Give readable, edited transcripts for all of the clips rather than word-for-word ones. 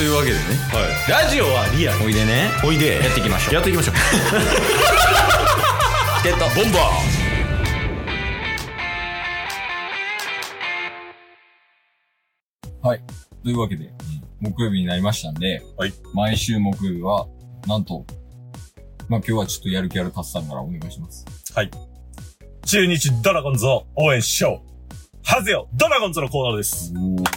というわけでね、 ラジオはリアル。 おいでね、 おいで。 やっていきましょう。 やっていきましょう。 チケットボンバー。はい。というわけで、木曜日になりましたんで、 はい。 毎週木曜日は、なんと、まあ、今日はちょっとやる気あるタスさんからお願いします。 はい。中日ドラゴンズを応援しよう。はぜよドラゴンズのコーナーです。 おー。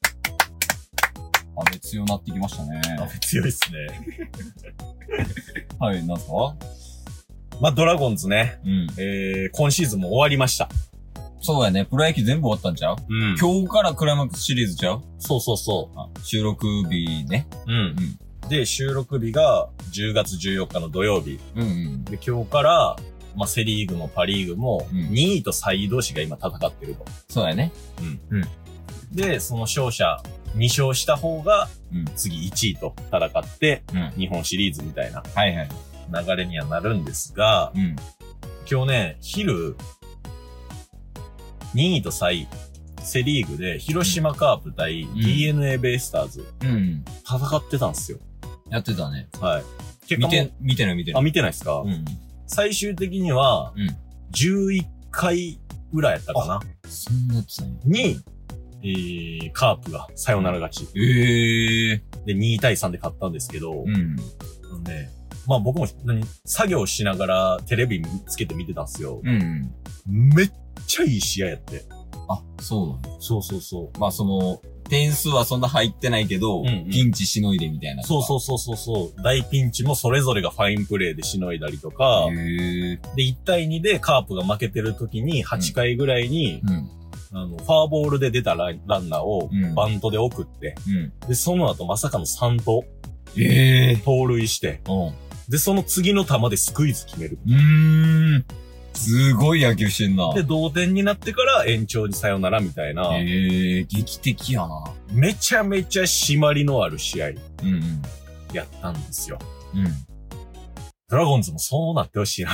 雨強なってきましたね。 雨強いっすね。 はい、なんすか？ まあ、ドラゴンズね。 うん。 今シーズンも終わりました。 そうやね。プロ野球全部終わったんちゃう？ うん。 今日からクライマックスシリーズちゃう？ そうそうそ収録日ね。 う。うん。で、収録日が10月14日の土曜日。 うんうん。 で、今日から、まあ、セリーグもパリーグも、 うん 2位と3位同士が今戦ってると。 そうやね。 うん。で、その勝者、2勝した方が、 うん。 次1位と戦って、 うん。 日本シリーズみたいなはいはい。 流れにはなるんですが、 うん。 今日ね、昼、2位と3位、セリーグで、広島カープ対 DNA ベイスターズ、 うん。 戦ってたんですよ。 やってたね。 はい。結果も見てない。 あ、見てないですか？ うん。 最終的には、 うん。 11回裏やったかなそんなやつね。 に、カープがサヨナラ勝ち。 で、 2対3で勝ったんですけど、 うん。 ね、まあ僕も作業しながらテレビつけて見てたんですよ。 うん。 めっちゃいい試合やって。 あ、そうなの？ そうそうそう。 まあ点数はそんな入ってないけど、ピンチしのいでみたいな。 そう。大ピンチもそれぞれがファインプレーでしのいだりとか、 で、 1対2でカープが負けてる時に8回ぐらいに、 うん。 ファーボールで出たランナーをバントで送って、 うん。 で、その後まさかの3盗、盗塁して、 うん。 で、その次の球でスクイズ決める。 すごい野球してんな。 で、同点になってから延長にさよならみたいな。 劇的やな。 めちゃめちゃ締まりのある試合。 うんうん。 やったんですよ。 うん。 ドラゴンズもそうなってほしいな。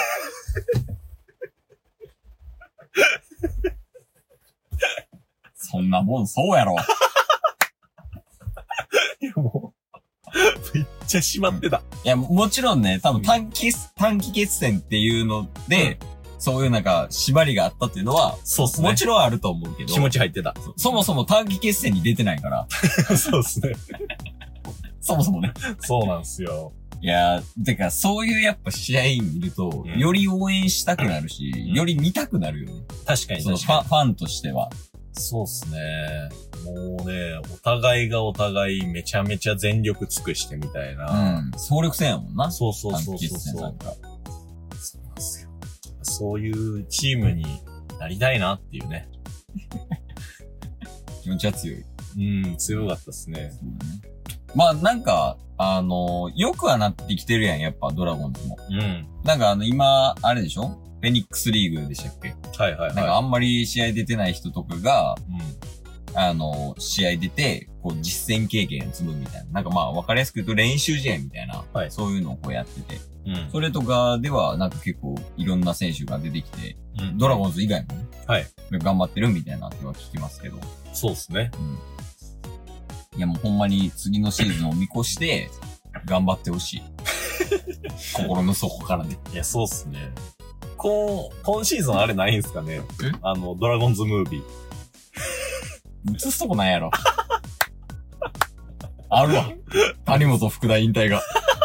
そんなもんそうやろ。 いやもう、めっちゃ締まってた。 いや、もちろんね、多分短期決戦っていうので、そういうなんか縛りがあったっていうのは、 そうっすね。 もちろんあると思うけど。 気持ち入ってた。 そもそも短期決戦に出てないから。 そうっすね。 そもそもね。 そうなんすよ。 いやー、てか、そういうやっぱ試合見ると、より応援したくなるし、より見たくなるよね。 確かにファンとしては。 そうっすね。もうね、お互いがお互いめちゃめちゃ全力尽くしてみたいな。 総力戦やもんな。 そう。そうなんですよ。そういうチームになりたいなっていうね。 気持ちは強い。 強かったっすね。 まあなんか、よくはなってきてるやん、やっぱドラゴンズも。なんか今、あれでしょ？フェニックスリーグでしたっけ？ はい。 なんかあんまり試合出てない人とかが、試合出て、こう実践経験を積むみたいな。なんかまあわかりやすく言うと練習試合みたいな、そういうのをこうやってて。それとかではなんか結構いろんな選手が出てきて、ドラゴンズ以外もね、頑張ってるみたいなっては聞きますけど。 そうですね。 いやもうほんまに次のシーズンを見越して頑張ってほしい。心の底からね。 いや、そうっすね。今シーズンあれないんすかね？ドラゴンズムービー。 映すとこないやろ。あるわ。谷本福田引退が。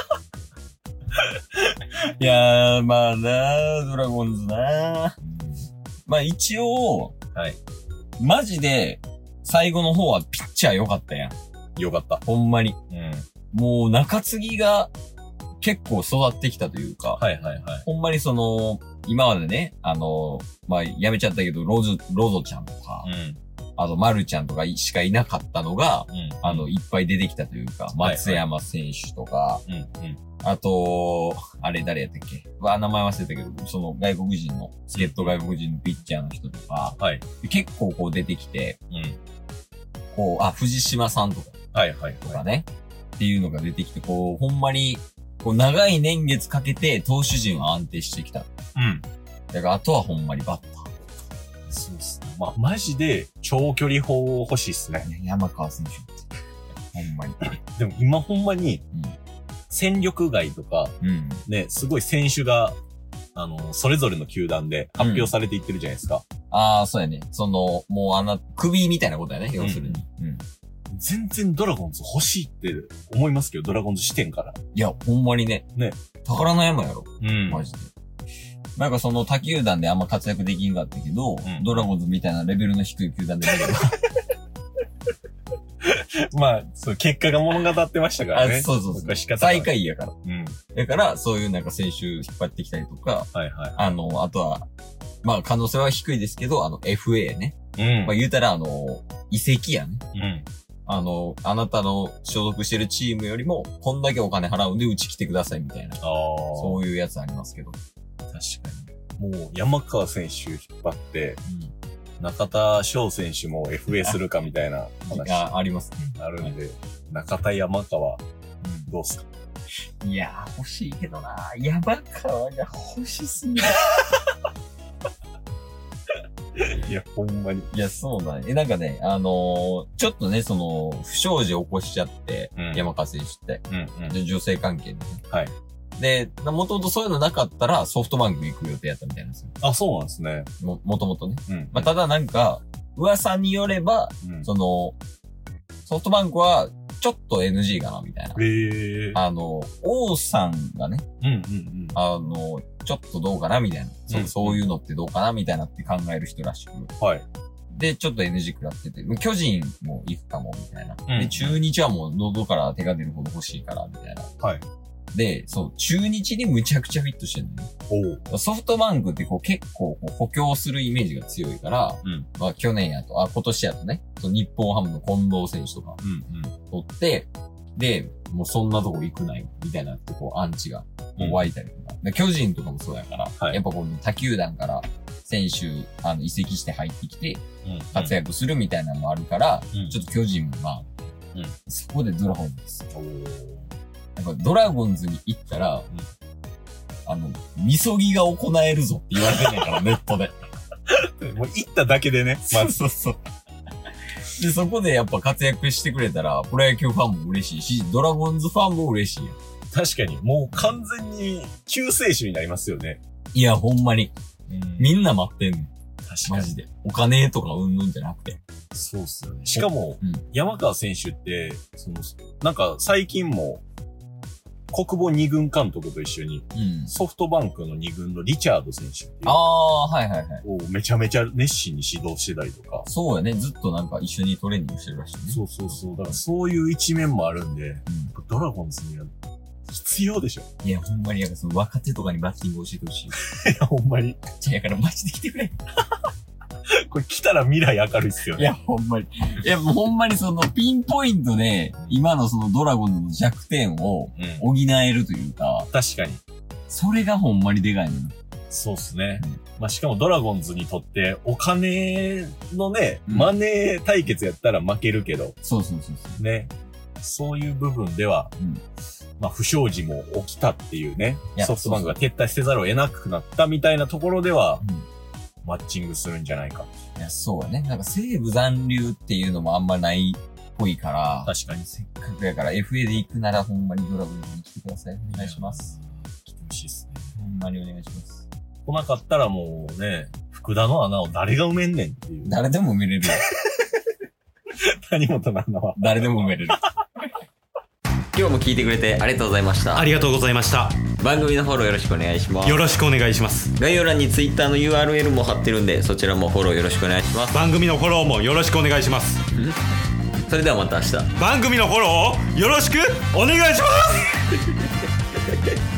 いやー、まあなー、ドラゴンズなー。まあ一応、マジで、最後の方はピッチャー良かったやん。 良かった。 ほんまに。もう中継ぎが結構育ってきたというか。ほんまに今までね、まあ、やめちゃったけど、ロゾちゃんとか、あと、マルちゃんとかしかいなかったのが、いっぱい出てきたというか、松山選手とか、あと、あれ誰やったっけ？名前忘れたけど、その外国人の、助っ人外国人のピッチャーの人とか、結構こう出てきて、こう、藤島さんとか、とかね、っていうのが出てきて、こう、ほんまに、こう長い年月かけて投手陣は安定してきた。だからあとはほんまにバッター。 そうっすね。まあ、マジで長距離砲欲しいっすね。 山川選手。 ほんまに。 でも今ほんまに、戦力外とか、ね、すごい選手が、それぞれの球団で発表されていってるじゃないですか。 ああ、そうやね。もう首みたいなことやね、要するに。 全然ドラゴンズ欲しいって思いますけど、ドラゴンズ視点から。 いや、ほんまにね。 ね。 宝の山やろ。マジで。なんか他球団であんま活躍できんかったけど、ドラゴンズみたいなレベルの低い球団で見れば。 まあ、結果が物語ってましたからね。 そう。最下位やから。だから、そういうなんか選手引っ張ってきたりとか、あとは、まあ可能性は低いですけど、FA ね。まあ言うたら移籍やね。あなたの所属してるチームよりも、こんだけお金払うんでうち来てくださいみたいな。そういうやつありますけど。 確かに。もう、山川選手引っ張って、中田翔選手も FA するかみたいな話。 ありますね。 あるんで、中田山川、どうすか？ いやー、欲しいけどな。山川が欲しすぎる。 いや、ほんまに。 いや、そうなんや。なんかね、ちょっとね、不祥事起こしちゃって、山川選手って。女性関係でね。はい。で、もともとそういうのなかったらソフトバンク行く予定やったみたいなんですよ。 あ、そうなんですね。 もともとね。まあ、ただなんか、噂によれば、ソフトバンクは、ちょっと NG かな、みたいな。王さんがね、ちょっとどうかな、みたいな。そういうのってどうかな、みたいなって考える人らしく。はい。で、ちょっと NG 食らってて、巨人も行くかも、みたいな。で、中日はもう喉から手が出るほど欲しいから、みたいな。はい。で、中日にむちゃくちゃフィットしてるのね。ソフトバンクって結構補強するイメージが強いから、まあ去年やと、今年やとね、日本ハムの近藤選手とか、取って、で、もうそんなとこ行くなよ、みたいなってアンチが湧いたりとか。巨人とかもそうやから、やっぱ他球団から選手、移籍して入ってきて、活躍するみたいなのもあるから、ちょっと巨人もまあ、そこでドラゴンズです。なんかドラゴンズに行ったら、みそぎが行えるぞって言われてんねんから、ネットで。 もう行っただけでね。 まず。そう。で、そこでやっぱ活躍してくれたら、プロ野球ファンも嬉しいし、ドラゴンズファンも嬉しいよ。 確かに、もう完全に救世主になりますよね。 いや、ほんまに。みんな待ってんの。確かに。マジで。お金とかうんぬんじゃなくて。 そうっすよね。しかも、山川選手って、なんか最近も、国母2軍監督と一緒に、ソフトバンクの2軍のリチャード選手っていう。 はい。 をめちゃめちゃ熱心に指導してたりとか。 そうやね。ずっとなんか一緒にトレーニングしてるらしいね。 そう。だからそういう一面もあるんで、ドラゴンズには必要でしょ。 いや、ほんまに若手とかにバッティング教えてほしい。いや、ほんまに。 やからマジで来てくれ。 これ来たら未来明るいっすよね。 いや、ほんまに。いや、もうほんまにピンポイントで、今のドラゴンズの弱点を補えるというか。 確かに。 それがほんまにでかいの。 そうっすね。まあ、しかもドラゴンズにとって、お金のね、マネー対決やったら負けるけど。 そう。 ね。そういう部分では、まあ、不祥事も起きたっていうね。ソフトバンクが撤退せざるを得なくなったみたいなところでは、マッチングするんじゃないか。 いや、そうやね。なんか西武残留っていうのもあんまないっぽいから。 確かに。 せっかくやから FA で行くならほんまにドラゴンズに来てください。お願いします。 来てほしいっすね。 ほんまにお願いします。 来なかったらもうね、福田の穴を誰が埋めんねんっていう。 誰でも埋めれるよ。 谷本の穴は。 誰でも埋めれる。今日も聞いてくれてありがとうございました。 ありがとうございました。 番組のフォローよろしくお願いします。 よろしくお願いします。 概要欄に Twitter の URL も貼ってるんで、そちらもフォローよろしくお願いします。 番組のフォローもよろしくお願いします。 それではまた明日。 番組のフォローをよろしくお願いします